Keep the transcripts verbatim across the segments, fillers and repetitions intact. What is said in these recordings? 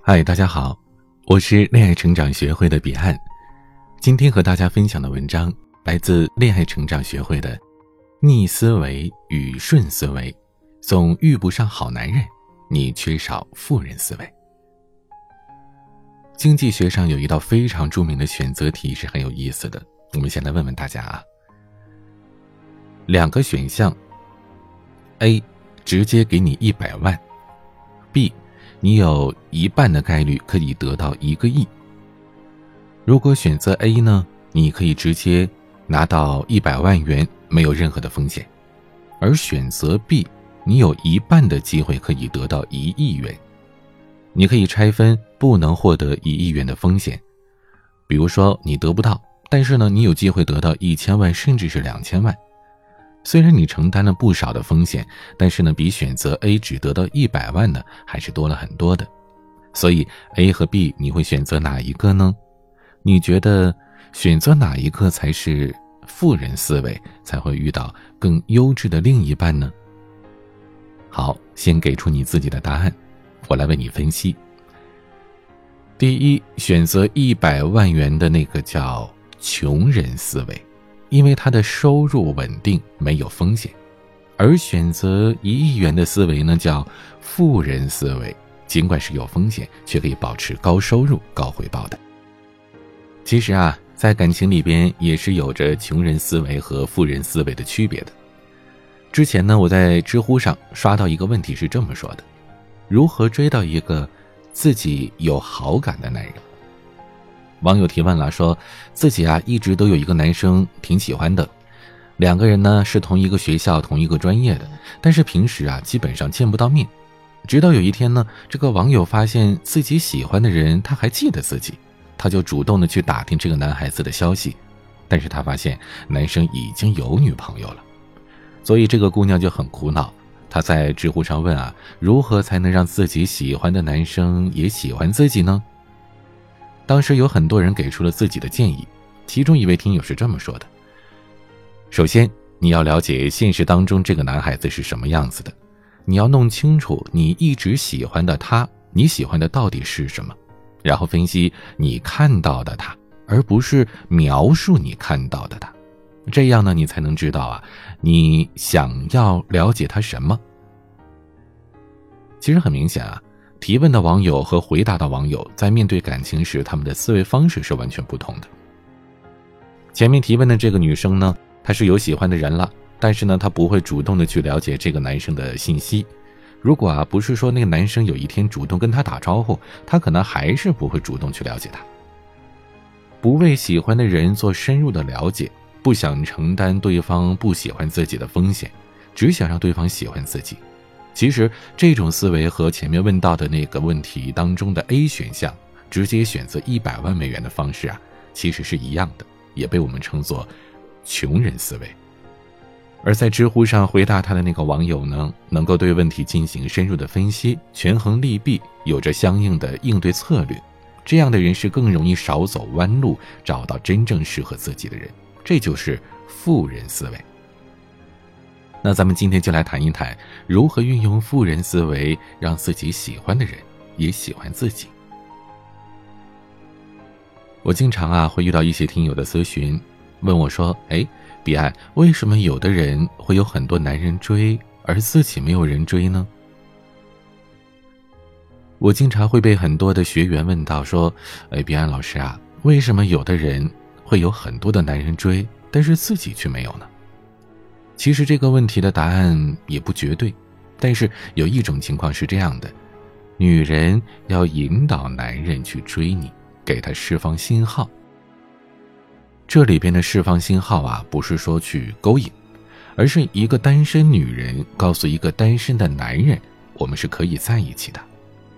嗨，大家好，我是恋爱成长学会的彼岸。今天和大家分享的文章来自恋爱成长学会的逆思维与顺思维，总遇不上好男人，你缺少富人思维。经济学上有一道非常著名的选择题是很有意思的，我们先来问问大家啊。两个选项 A 直接给你一百万， B你有一半的概率可以得到一个亿。如果选择 A 呢，你可以直接拿到一百万元，没有任何的风险。而选择 B， 你有一半的机会可以得到一亿元。你可以拆分不能获得一亿元的风险，比如说你得不到，但是呢，你有机会得到一千万甚至是两千万。虽然你承担了不少的风险，但是呢，比选择 A 只得到一百万呢，还是多了很多的。所以 A 和 B 你会选择哪一个呢？你觉得选择哪一个才是富人思维，才会遇到更优质的另一半呢？好，先给出你自己的答案，我来为你分析。第一，选择一百万元的那个叫穷人思维，因为他的收入稳定，没有风险。而选择一亿元的思维呢，叫富人思维，尽管是有风险，却可以保持高收入、高回报的。其实啊，在感情里边也是有着穷人思维和富人思维的区别的。之前呢，我在知乎上刷到一个问题是这么说的：如何追到一个自己有好感的男人？网友提问了，说自己啊一直都有一个男生挺喜欢的，两个人呢是同一个学校同一个专业的，但是平时啊基本上见不到面。直到有一天呢，这个网友发现自己喜欢的人他还记得自己，他就主动的去打听这个男孩子的消息，但是他发现男生已经有女朋友了，所以这个姑娘就很苦恼。她在知乎上问啊，如何才能让自己喜欢的男生也喜欢自己呢？当时有很多人给出了自己的建议，其中一位听友是这么说的：首先，你要了解现实当中这个男孩子是什么样子的，你要弄清楚你一直喜欢的他，你喜欢的到底是什么，然后分析你看到的他，而不是描述你看到的他。这样呢，你才能知道啊，你想要了解他什么。其实很明显啊，提问的网友和回答的网友在面对感情时，他们的思维方式是完全不同的。前面提问的这个女生呢，她是有喜欢的人了，但是呢，她不会主动的去了解这个男生的信息。如果啊，不是说那个男生有一天主动跟她打招呼，她可能还是不会主动去了解他。不为喜欢的人做深入的了解，不想承担对方不喜欢自己的风险，只想让对方喜欢自己。其实这种思维和前面问到的那个问题当中的 A 选项，直接选择一百万美元的方式啊，其实是一样的，也被我们称作穷人思维。而在知乎上回答他的那个网友呢，能够对问题进行深入的分析，权衡利弊，有着相应的应对策略，这样的人是更容易少走弯路，找到真正适合自己的人，这就是富人思维。那咱们今天就来谈一谈，如何运用富人思维，让自己喜欢的人也喜欢自己。我经常啊会遇到一些听友的咨询，问我说，哎，彼岸，为什么有的人会有很多男人追，而自己没有人追呢？我经常会被很多的学员问到说，哎，彼岸老师啊，为什么有的人会有很多的男人追，但是自己却没有呢？其实这个问题的答案也不绝对，但是有一种情况是这样的，女人要引导男人去追你，给他释放信号。这里边的释放信号啊，不是说去勾引，而是一个单身女人告诉一个单身的男人，我们是可以在一起的。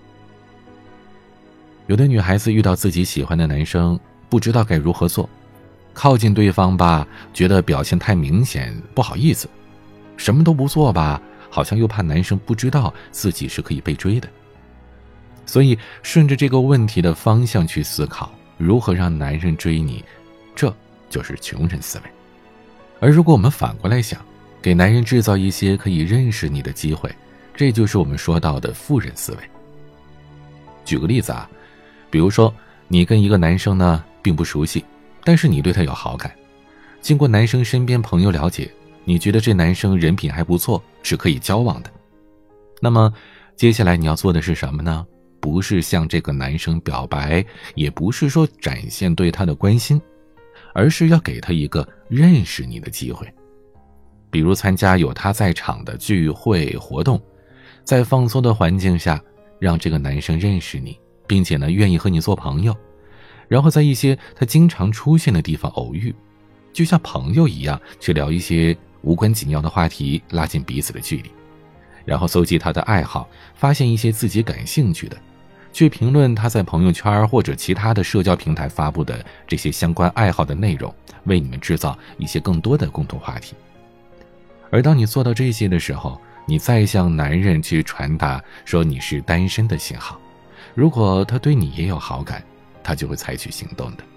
有的女孩子遇到自己喜欢的男生，不知道该如何做，靠近对方吧，觉得表现太明显，不好意思；什么都不做吧，好像又怕男生不知道自己是可以被追的。所以顺着这个问题的方向去思考，如何让男人追你，这就是穷人思维。而如果我们反过来想，给男人制造一些可以认识你的机会，这就是我们说到的富人思维。 举个例子啊，比如说你跟一个男生呢并不熟悉，但是你对他有好感，经过男生身边朋友了解，你觉得这男生人品还不错，是可以交往的。那么接下来你要做的是什么呢？不是向这个男生表白，也不是说展现对他的关心，而是要给他一个认识你的机会。比如参加有他在场的聚会活动，在放松的环境下让这个男生认识你，并且呢愿意和你做朋友，然后在一些他经常出现的地方偶遇，就像朋友一样去聊一些无关紧要的话题，拉近彼此的距离，然后搜集他的爱好，发现一些自己感兴趣的，去评论他在朋友圈或者其他的社交平台发布的这些相关爱好的内容，为你们制造一些更多的共同话题。而当你做到这些的时候，你再向男人去传达说你是单身的信号，如果他对你也有好感，他就会采取行动的。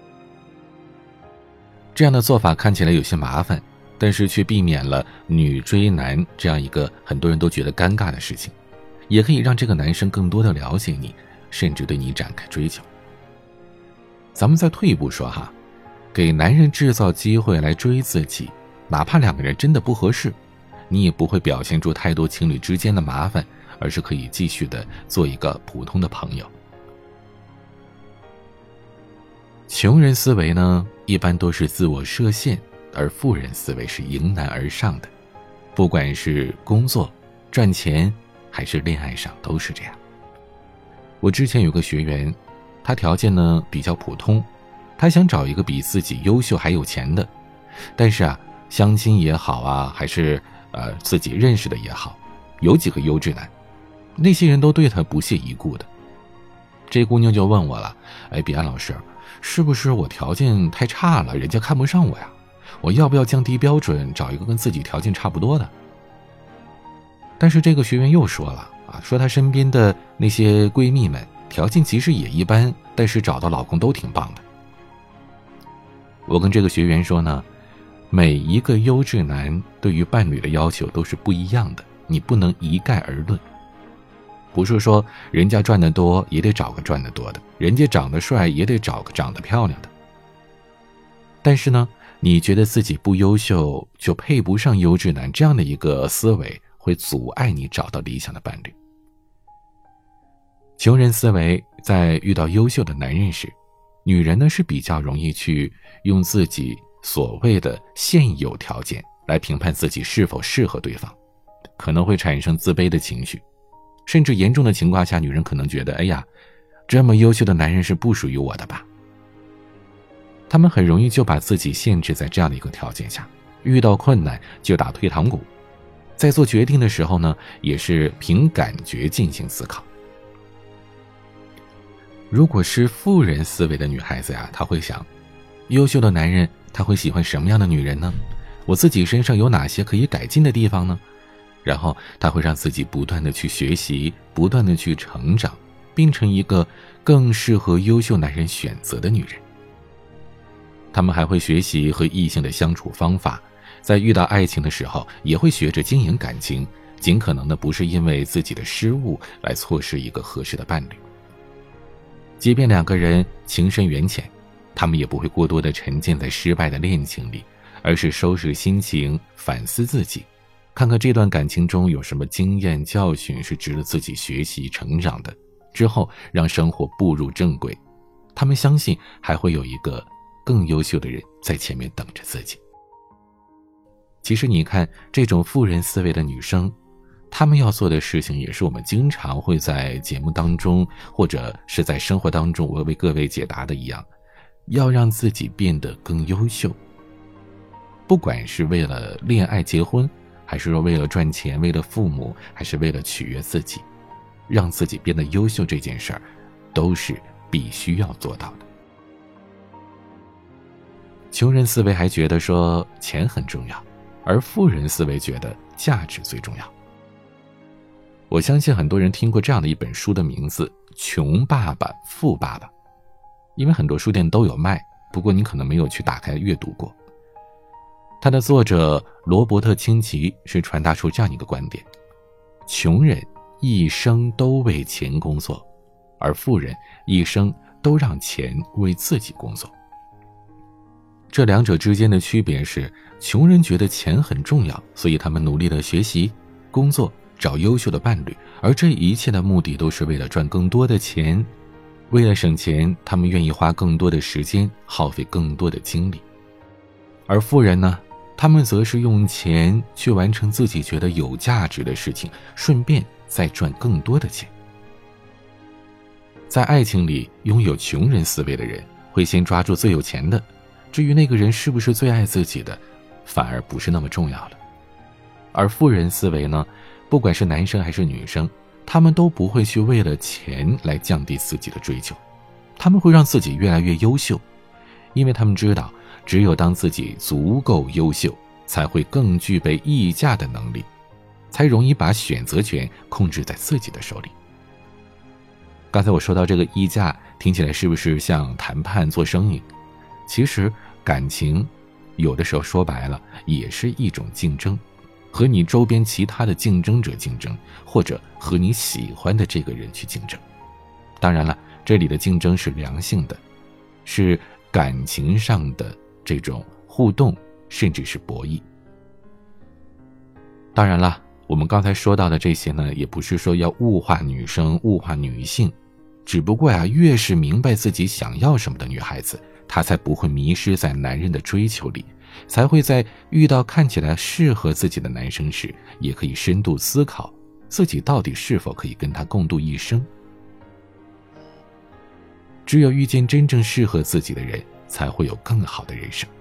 这样的做法看起来有些麻烦，但是却避免了女追男这样一个很多人都觉得尴尬的事情，也可以让这个男生更多的了解你，甚至对你展开追求。咱们再退一步说哈，给男人制造机会来追自己，哪怕两个人真的不合适，你也不会表现出太多情侣之间的麻烦，而是可以继续的做一个普通的朋友。穷人思维呢，一般都是自我设限，而富人思维是迎难而上的，不管是工作、赚钱还是恋爱上都是这样。我之前有个学员，他条件呢比较普通，他想找一个比自己优秀还有钱的，但是啊，相亲也好啊，还是呃自己认识的也好，有几个优质男，那些人都对他不屑一顾的。这姑娘就问我了，哎，彼岸老师，是不是我条件太差了，人家看不上我呀？我要不要降低标准，找一个跟自己条件差不多的？但是这个学员又说了啊，说她身边的那些闺蜜们条件其实也一般，但是找到老公都挺棒的。我跟这个学员说呢，每一个优质男对于伴侣的要求都是不一样的，你不能一概而论。不是说人家赚得多也得找个赚得多的，人家长得帅也得找个长得漂亮的。但是呢，你觉得自己不优秀就配不上优质男，这样的一个思维会阻碍你找到理想的伴侣。穷人思维在遇到优秀的男人时，女人呢是比较容易去用自己所谓的现有条件来评判自己是否适合对方，可能会产生自卑的情绪，甚至严重的情况下，女人可能觉得，哎呀，这么优秀的男人是不属于我的吧。他们很容易就把自己限制在这样的一个条件下，遇到困难就打退堂鼓，在做决定的时候呢，也是凭感觉进行思考。如果是富人思维的女孩子呀，她会想，优秀的男人他会喜欢什么样的女人呢？我自己身上有哪些可以改进的地方呢？然后他会让自己不断的去学习，不断的去成长，变成一个更适合优秀男人选择的女人。他们还会学习和异性的相处方法，在遇到爱情的时候也会学着经营感情，尽可能的不是因为自己的失误来错失一个合适的伴侣。即便两个人情深缘浅，他们也不会过多的沉浸在失败的恋情里，而是收拾心情，反思自己，看看这段感情中有什么经验教训是值得自己学习成长的，之后让生活步入正轨。他们相信还会有一个更优秀的人在前面等着自己。其实你看，这种富人思维的女生，她们要做的事情也是我们经常会在节目当中或者是在生活当中我为各位解答的一样，要让自己变得更优秀。不管是为了恋爱结婚，还是说为了赚钱，为了父母，还是为了取悦自己，让自己变得优秀这件事儿都是必须要做到的。穷人思维还觉得说钱很重要，而富人思维觉得价值最重要。我相信很多人听过这样的一本书的名字，穷爸爸富爸爸，因为很多书店都有卖，不过你可能没有去打开阅读过。他的作者罗伯特清崎是传达出这样一个观点，穷人一生都为钱工作， 而富人一生都让钱为自己工作。这两者之间的区别是，穷人觉得钱很重要，所以他们努力的学习、工作，找优秀的伴侣，而这一切的目的都是为了赚更多的钱。为了省钱，他们愿意花更多的时间，耗费更多的精力。而富人呢，他们则是用钱去完成自己觉得有价值的事情，顺便再赚更多的钱。在爱情里，拥有穷人思维的人会先抓住最有钱的，至于那个人是不是最爱自己的，反而不是那么重要了。而富人思维呢，不管是男生还是女生，他们都不会去为了钱来降低自己的追求，他们会让自己越来越优秀，因为他们知道，只有当自己足够优秀，才会更具备议价的能力，才容易把选择权控制在自己的手里。刚才我说到这个议价，听起来是不是像谈判做生意？其实感情有的时候说白了也是一种竞争，和你周边其他的竞争者竞争，或者和你喜欢的这个人去竞争。当然了，这里的竞争是良性的，是感情上的这种互动，甚至是博弈。当然了，我们刚才说到的这些呢，也不是说要物化女生、物化女性，只不过啊，越是明白自己想要什么的女孩子，她才不会迷失在男人的追求里，才会在遇到看起来适合自己的男生时，也可以深度思考自己到底是否可以跟他共度一生。只有遇见真正适合自己的人，才会有更好的人生。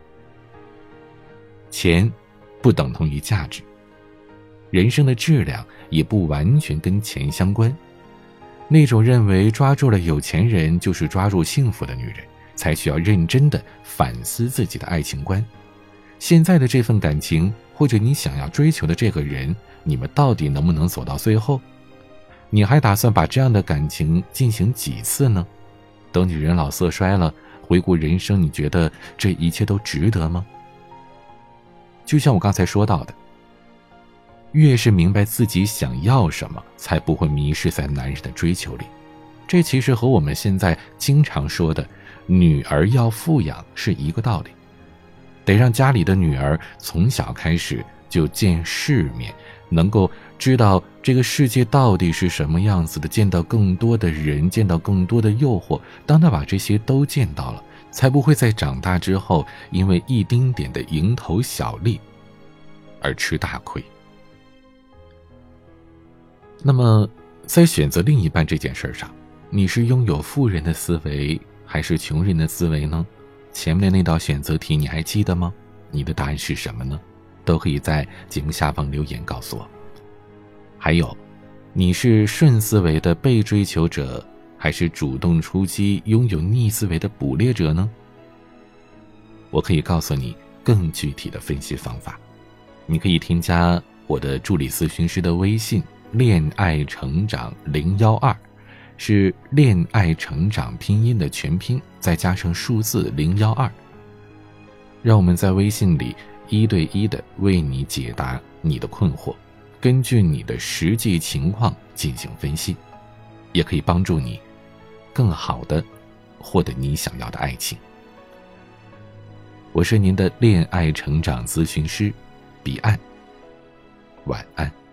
钱不等同于价值，人生的质量也不完全跟钱相关。那种认为抓住了有钱人就是抓住幸福的女人，才需要认真的反思自己的爱情观。现在的这份感情，或者你想要追求的这个人，你们到底能不能走到最后？你还打算把这样的感情进行几次呢？等你人老色衰了，回顾人生，你觉得这一切都值得吗？就像我刚才说到的，越是明白自己想要什么，才不会迷失在男人的追求里。这其实和我们现在经常说的女儿要富养是一个道理，得让家里的女儿从小开始就见世面，能够知道这个世界到底是什么样子的，见到更多的人，见到更多的诱惑。当她把这些都见到了，才不会在长大之后因为一丁点的蝇头小利而吃大亏。那么在选择另一半这件事上，你是拥有富人的思维还是穷人的思维呢？前面的那道选择题你还记得吗？你的答案是什么呢？都可以在节目下方留言告诉我。还有，你是顺思维的被追求者，还是主动出击拥有逆思维的捕猎者呢？我可以告诉你更具体的分析方法。你可以添加我的助理咨询师的微信恋爱成长零一二，是恋爱成长拼音的全拼再加上数字零一二，让我们在微信里一对一的为你解答你的困惑，根据你的实际情况进行分析，也可以帮助你更好的获得你想要的爱情。我是您的恋爱成长咨询师彼岸，晚安。